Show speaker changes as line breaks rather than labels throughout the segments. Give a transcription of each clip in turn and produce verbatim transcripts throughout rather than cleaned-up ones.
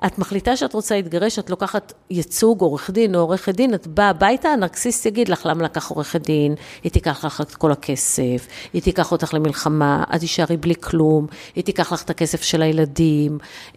את מחליטה שאת רוצה להתגרש, את לוקחת ייצוג, עורך דין או עורכת דין, את באה הביתה, הנרקסיסט יגיד לך למה לקח עורכת דין, היא תיקח לך את כל הכסף, היא תיקח אותך למלחמה, את תישארי בלי כלום, היא תיקח לך את הכסף של הילדים,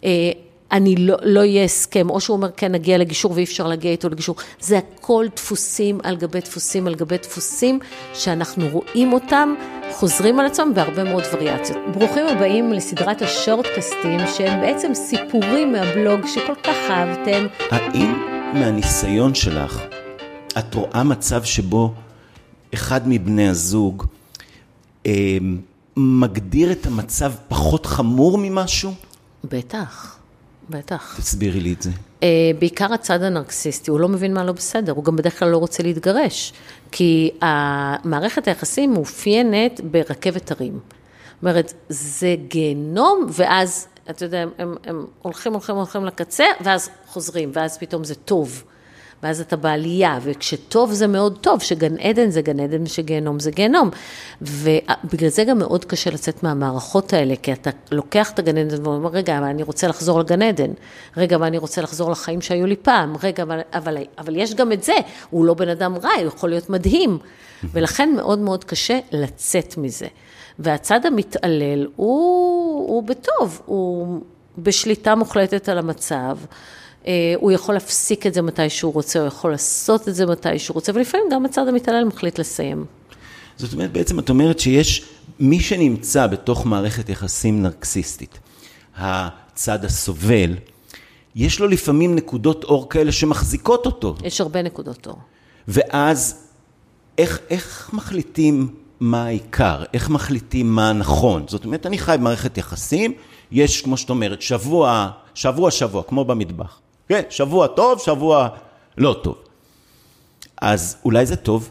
אני לא, לא יהיה הסכם, או שהוא אומר, כן, נגיע לגישור, ואי אפשר להגיע איתו לגישור. זה הכל דפוסים על גבי דפוסים על גבי דפוסים, שאנחנו רואים אותם, חוזרים על עצמם בהרבה מאוד וריאציות. ברוכים הבאים לסדרת השורטקסטים, שהם בעצם סיפורים מהבלוג שכל כך אהבתם.
האם מהניסיון שלך, את רואה מצב שבו אחד מבני הזוג אה, מגדיר את המצב פחות חמור ממשהו?
בטח. בטח.
תסבירי לי את זה.
בעיקר הצד הנרקסיסטי, הוא לא מבין מה לא בסדר, הוא גם בדרך כלל לא רוצה להתגרש, כי המערכת היחסים מאופיינת ברכבת הרים. זאת אומרת, זה גיהנום, ואז, אתה יודע, הם, הם הולכים, הולכים, הולכים לקצה, ואז חוזרים, ואז פתאום זה טוב. ואז אתה בעלייה, וכשטוב זה מאוד טוב, שגן עדן זה גן עדן, שגיהנום זה גיהנום. ובגלל זה גם מאוד קשה לצאת מהמערכות האלה, כי אתה לוקח את הגן עדן ואומר, רגע, אבל אני רוצה לחזור לגן עדן, רגע, אבל אני רוצה לחזור לחיים שהיו לי פעם, רגע, אבל, אבל, אבל יש גם את זה, הוא לא בן אדם רע, הוא יכול להיות מדהים. ולכן מאוד מאוד קשה לצאת מזה. והצד המתעלל הוא, הוא בטוב, הוא בשליטה מוחלטת על המצב, הוא יכול להפסיק את זה מתי שהוא רוצה, הוא יכול לעשות את זה מתי שהוא רוצה, ולפעמים גם הצד המתעלל מחליט לסיים.
זאת אומרת, בעצם את אומרת שיש מי שנמצא בתוך מערכת יחסים נרקסיסטית, הצד הסובל, יש לו לפעמים נקודות אור כאלה שמחזיקות אותו.
יש הרבה נקודות אור.
ואז איך, איך מחליטים מה העיקר? איך מחליטים מה הנכון? זאת אומרת, אני חי במערכת יחסים, יש, כמו שאת אומרת, שבוע, שבוע, שבוע, כמו במטבח. כן, שבוע טוב, שבוע לא טוב. אז אולי זה טוב?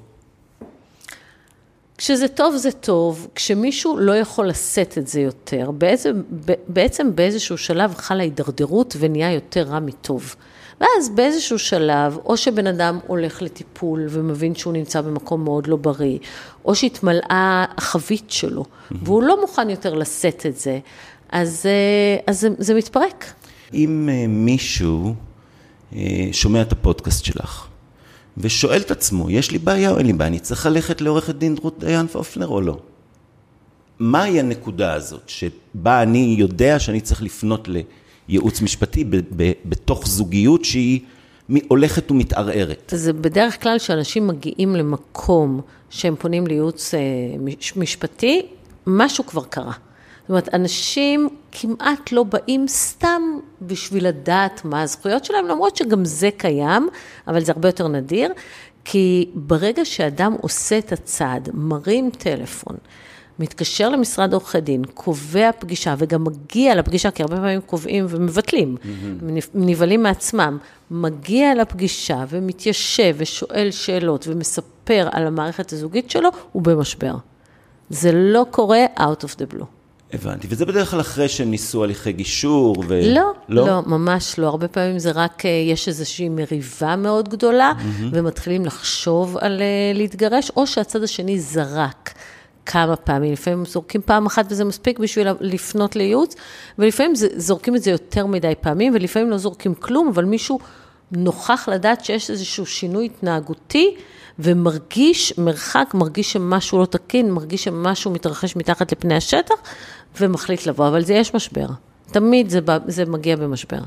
כשזה טוב זה טוב, כשמישהו לא יכול לשאת את זה יותר, בעצם, בעצם באיזשהו שלב חלה הידרדרות ונהיה יותר רע מטוב. ואז באיזשהו שלב, או שבן אדם הולך לטיפול ומבין שהוא נמצא במקום מאוד לא בריא, או שהתמלאה החבית שלו, mm-hmm. והוא לא מוכן יותר לשאת את זה, אז, אז זה, זה מתפרק.
אם מישהו שומע את הפודקאסט שלך, ושואל את עצמו, יש לי בעיה או אין לי בעיה, אני צריך ללכת לעורכת דין רות דיין פופנר או לא? מהי הנקודה הזאת, שבה אני יודע שאני צריך לפנות לייעוץ משפטי, ב- ב- בתוך זוגיות שהיא הולכת ומתערערת?
זה בדרך כלל שאנשים מגיעים למקום שהם פונים לייעוץ משפטי, משהו כבר קרה. זאת אומרת, אנשים כמעט לא באים סתם בשביל לדעת מה הזכויות שלהם, למרות שגם זה קיים, אבל זה הרבה יותר נדיר, כי ברגע שאדם עושה את הצעד, מרים טלפון, מתקשר למשרד עורכי דין, קובע פגישה, וגם מגיע לפגישה, כי הרבה פעמים קובעים ומבטלים, mm-hmm. נבלים מעצמם, מגיע לפגישה ומתיישב ושואל שאלות ומספר על המערכת הזוגית שלו, הוא במשבר. זה לא קורה out of the blue.
הבנתי, וזה בדרך כלל אחרי שהם ניסו הליכי גישור ו...
לא, לא, לא, ממש לא. הרבה פעמים זה רק, יש איזושהי מריבה מאוד גדולה, mm-hmm. ומתחילים לחשוב על להתגרש, או שהצד השני זרק כמה פעמים. לפעמים זורקים פעם אחת וזה מספיק בשביל לפנות לייעוץ, ולפעמים זה, זורקים את זה יותר מדי פעמים, ולפעמים לא זורקים כלום, אבל מישהו נוכח לדעת שיש איזשהו שינוי התנהגותי, ומרגיש מרחק, מרגיש שמשהו לא תקין, מרגיש שמשהו מתרחש מתחת לפני השטח, ומחליט לבוא, אבל זה יש משבר. תמיד זה, זה מגיע במשבר.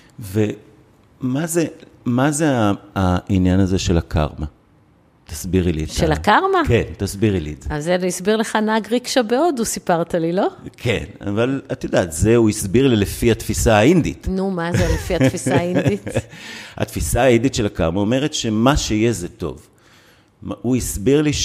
ומה זה, מה זה העניין הזה של הקרמה? תסבירי לי את זה.
של הקרמה?
כן, תסבירי לי את זה.
אז זה הסביר לך נהג ריקשה בהודו, סיפרת לי, לא?
כן, אבל את יודעת, זה הוא הסביר לי לפי התפיסה האינדית.
נו, מה זה לפי התפיסה האינדית?
התפיסה האינדית של הקרמה אומרת שמה שיהיה זה טוב. הוא הסביר לי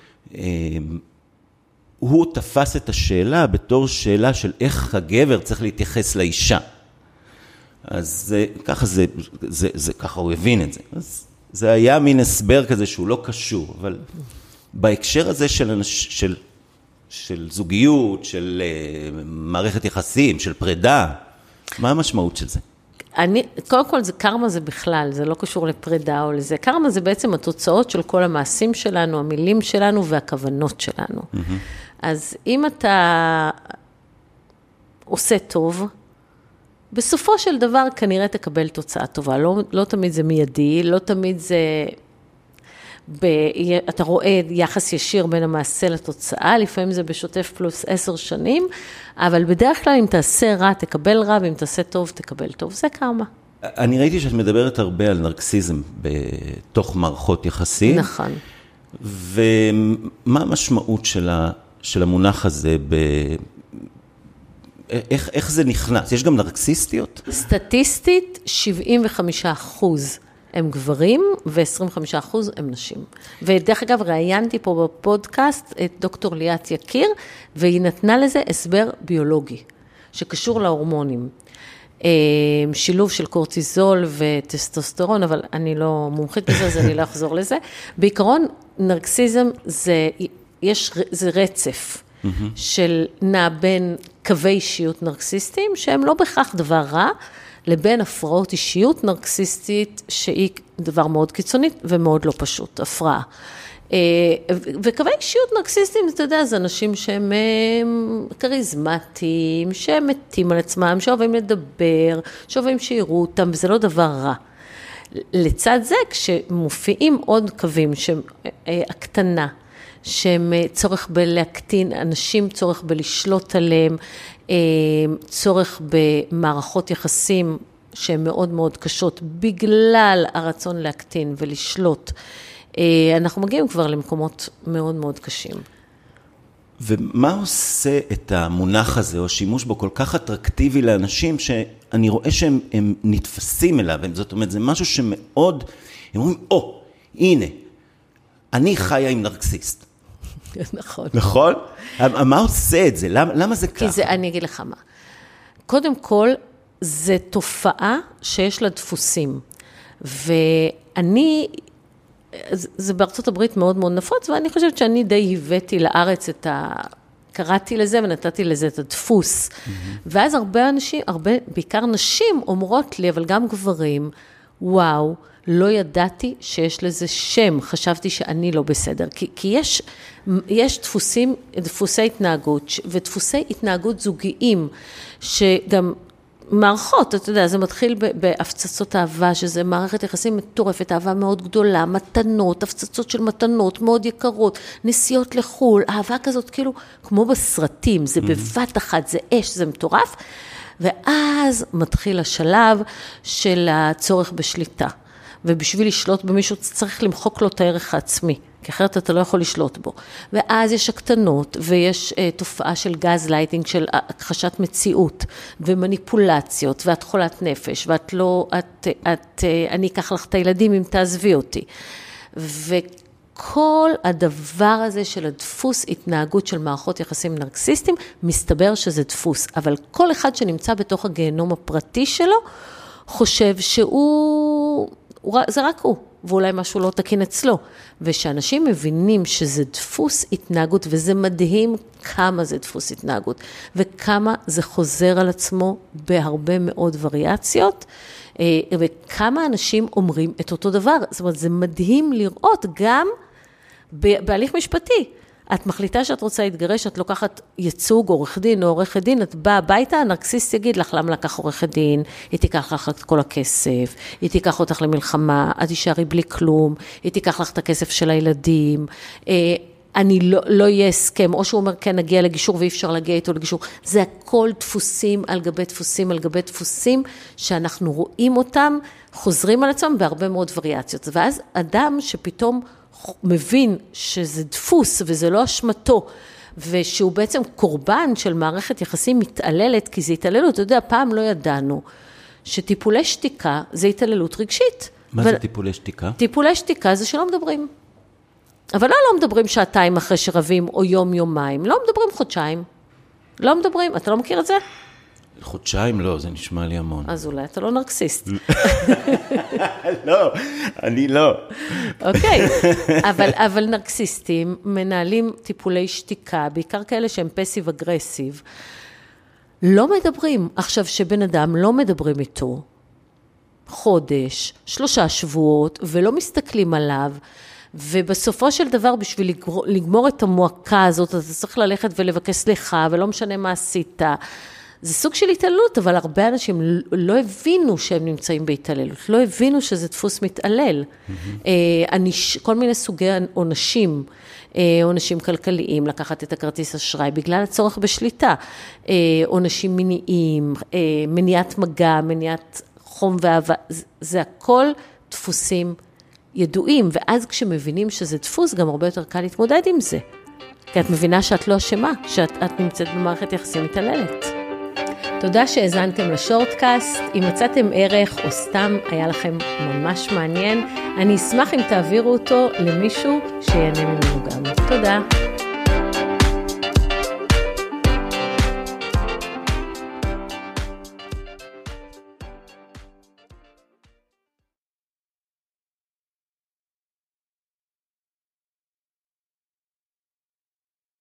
שהוא תפס את השאלה בתור שאלה של איך הגבר צריך להתייחס לאישה. אז זה, ככה, זה, זה, זה, ככה הוא הבין את זה. אז זה היה מין הסבר כזה שהוא לא קשור, אבל בהקשר הזה של, של, של זוגיות, של מערכת יחסים, של פרידה, מה המשמעות של זה?
אני, קודם כל, זה, קרמה זה בכלל, זה לא קשור לפרידה או לזה. קרמה זה בעצם התוצאות של כל המעשים שלנו, המילים שלנו והכוונות שלנו. Mm-hmm. אז אם אתה עושה טוב, בסופו של דבר כנראה תקבל תוצאה טובה, לא, לא תמיד זה מיידי, לא תמיד זה, ב, אתה רואה יחס ישיר בין המעשה לתוצאה, לפעמים זה בשוטף פלוס עשר שנים, אבל בדרך כלל אם תעשה רע, תקבל רע, ואם תעשה טוב, תקבל טוב, זה קרמה.
אני ראיתי שאת מדברת הרבה על נרקסיזם בתוך מערכות יחסים.
נכון.
ומה המשמעות של, ה, של המונח הזה ב... איך, איך זה נכנס? יש גם נרקסיסטיות?
סטטיסטית, שבעים וחמישה אחוז הם גברים, ו-עשרים וחמישה אחוז הם נשים. ודרך אגב, ראיינתי פה בפודקאסט את דוקטור ליאת יקיר, והיא נתנה לזה הסבר ביולוגי, שקשור להורמונים. שילוב של קורטיזול וטסטוסטרון, אבל אני לא מומחית בזה, אז אני לא אחזור לזה. בעיקרון, נרקסיזם זה, יש, זה רצף. של נע בין קווי אישיות נרקסיסטיים, שהם לא בכך דבר רע, לבין הפרעות אישיות נרקסיסטית, שהיא דבר מאוד קיצונית ומאוד לא פשוט, הפרעה. וקווי אישיות נרקסיסטיים, אתה יודע, זה אנשים שהם קריזמטיים, שהם מתים על עצמם, שאוהבים לדבר, שאוהבים שיראו אותם, וזה לא דבר רע. לצד זה, כשמופיעים עוד קווים, שהקטנה, שהם צורך בלהקטין אנשים, צורך בלשלוט עליהם, צורך במערכות יחסים שהן מאוד מאוד קשות, בגלל הרצון להקטין ולשלוט. אנחנו מגיעים כבר למקומות מאוד מאוד קשים.
ומה עושה את המונח הזה, או שימוש בו כל כך אטרקטיבי לאנשים, שאני רואה שהם הם נתפסים אליו, זאת אומרת, זה משהו שמאוד, הם אומרים, או, הנה, אני חיה עם נרקסיסט.
נכון.
נכון? מה עושה את זה? למה, למה זה ככה?
כי זה, אני אגיד לך מה. קודם כל, זה תופעה שיש לה דפוסים. ואני, זה בארצות הברית מאוד מאוד נפוץ, ואני חושבת שאני די הבאתי לארץ את ה... קראתי לזה ונתתי לזה את הדפוס. Mm-hmm. ואז הרבה אנשים, הרבה, בעיקר נשים, אומרות לי, אבל גם גברים, וואו, לא ידעתי שיש לזה שם, חשבתי שאני לא בסדר, כי, כי יש, יש דפוסים, דפוסי התנהגות, ודפוסי התנהגות זוגיים, שגם מערכות, אתה יודע, זה מתחיל בהפצצות אהבה, שזה מערכת יחסים מטורפת, אהבה מאוד גדולה, מתנות, הפצצות של מתנות מאוד יקרות, נסיעות לחול, אהבה כזאת כאילו, כמו בסרטים, זה בבת אחת, זה אש, זה מטורף, ואז מתחיל השלב של הצורך בשליטה. ובשביל לשלוט במישהו צריך למחוק לו את הערך העצמי, כי אחרת אתה לא יכול לשלוט בו. ואז יש הקטנות, ויש uh, תופעה של גז לייטינג, של הכחשת מציאות, ומניפולציות, ואת חולת נפש, ואת לא, את, את, uh, אני אקח לך את הילדים אם תעזבי אותי. וכל הדבר הזה של הדפוס התנהגות של מערכות יחסים נרקסיסטיים, מסתבר שזה דפוס. אבל כל אחד שנמצא בתוך הגיהנום הפרטי שלו, חושב שהוא... זה רק הוא, ואולי משהו לא תקין אצלו. ושאנשים מבינים שזה דפוס התנהגות, וזה מדהים כמה זה דפוס התנהגות, וכמה זה חוזר על עצמו בהרבה מאוד וריאציות, וכמה אנשים אומרים את אותו דבר. זאת אומרת, זה מדהים לראות גם בהליך משפטי. את מחליטה שאת רוצה להתגרש, את לוקחת ייצוג, עורך דין או עורכת דין, את באה הביתה, הנרקסיסט יגיד לך למה לקח עורכת דין, היא תיקח לך את כל הכסף, היא תיקח אותך למלחמה, את תישארי בלי כלום, היא תיקח לך את הכסף של הילדים, אני לא, לא יהיה הסכם, או שהוא אומר כן נגיע לגישור ואי אפשר להגיע איתו לגישור, זה הכל דפוסים על גבי דפוסים על גבי דפוסים, שאנחנו רואים אותם, חוזרים על עצמם בהרבה מאוד וריאציות, ואז אדם שפתאום מבין שזה דפוס וזה לא אשמתו, ושהוא בעצם קורבן של מערכת יחסים מתעללת, כי זה התעללות, אתה יודע, פעם לא ידענו, שטיפולי שתיקה זה התעללות רגשית.
מה ו... זה טיפולי שתיקה?
טיפולי שתיקה זה שלא מדברים. אבל לא, לא מדברים שעתיים אחרי שרבים, או יום יומיים, לא מדברים חודשיים. לא מדברים, אתה לא מכיר את זה?
חודשיים לא, זה נשמע לי המון.
אז אולי אתה לא נרקסיסט.
לא, אני לא.
אוקיי, אבל, אבל נרקסיסטים מנהלים טיפולי שתיקה, בעיקר כאלה שהם פסיב אגרסיב, לא מדברים. עכשיו שבן אדם לא מדברים איתו, חודש, שלושה שבועות, ולא מסתכלים עליו, ובסופו של דבר, בשביל לגמור, לגמור את המועקה הזאת, אתה צריך ללכת ולבקש סליחה, ולא משנה מה עשית, זה סוג של התעללות, אבל הרבה אנשים לא הבינו שהם נמצאים בהתעללות, לא הבינו שזה דפוס מתעלל. כל מיני סוגי עונשים, עונשים כלכליים, לקחת את הכרטיס אשראי, בגלל הצורך בשליטה, עונשים מיניים, מניעת מגע, מניעת חום ואהבה, זה הכל דפוסים ידועים, ואז כשמבינים שזה דפוס, גם הרבה יותר קל להתמודד עם זה. כי את מבינה שאת לא אשמה, שאת את נמצאת במערכת יחסים מתעללת. תודה שהאזנתם לשורטקאסט, אם מצאתם ערך או סתם היה לכם ממש מעניין, אני אשמח אם תעבירו אותו למישהו שיהנה ממנו גם. תודה.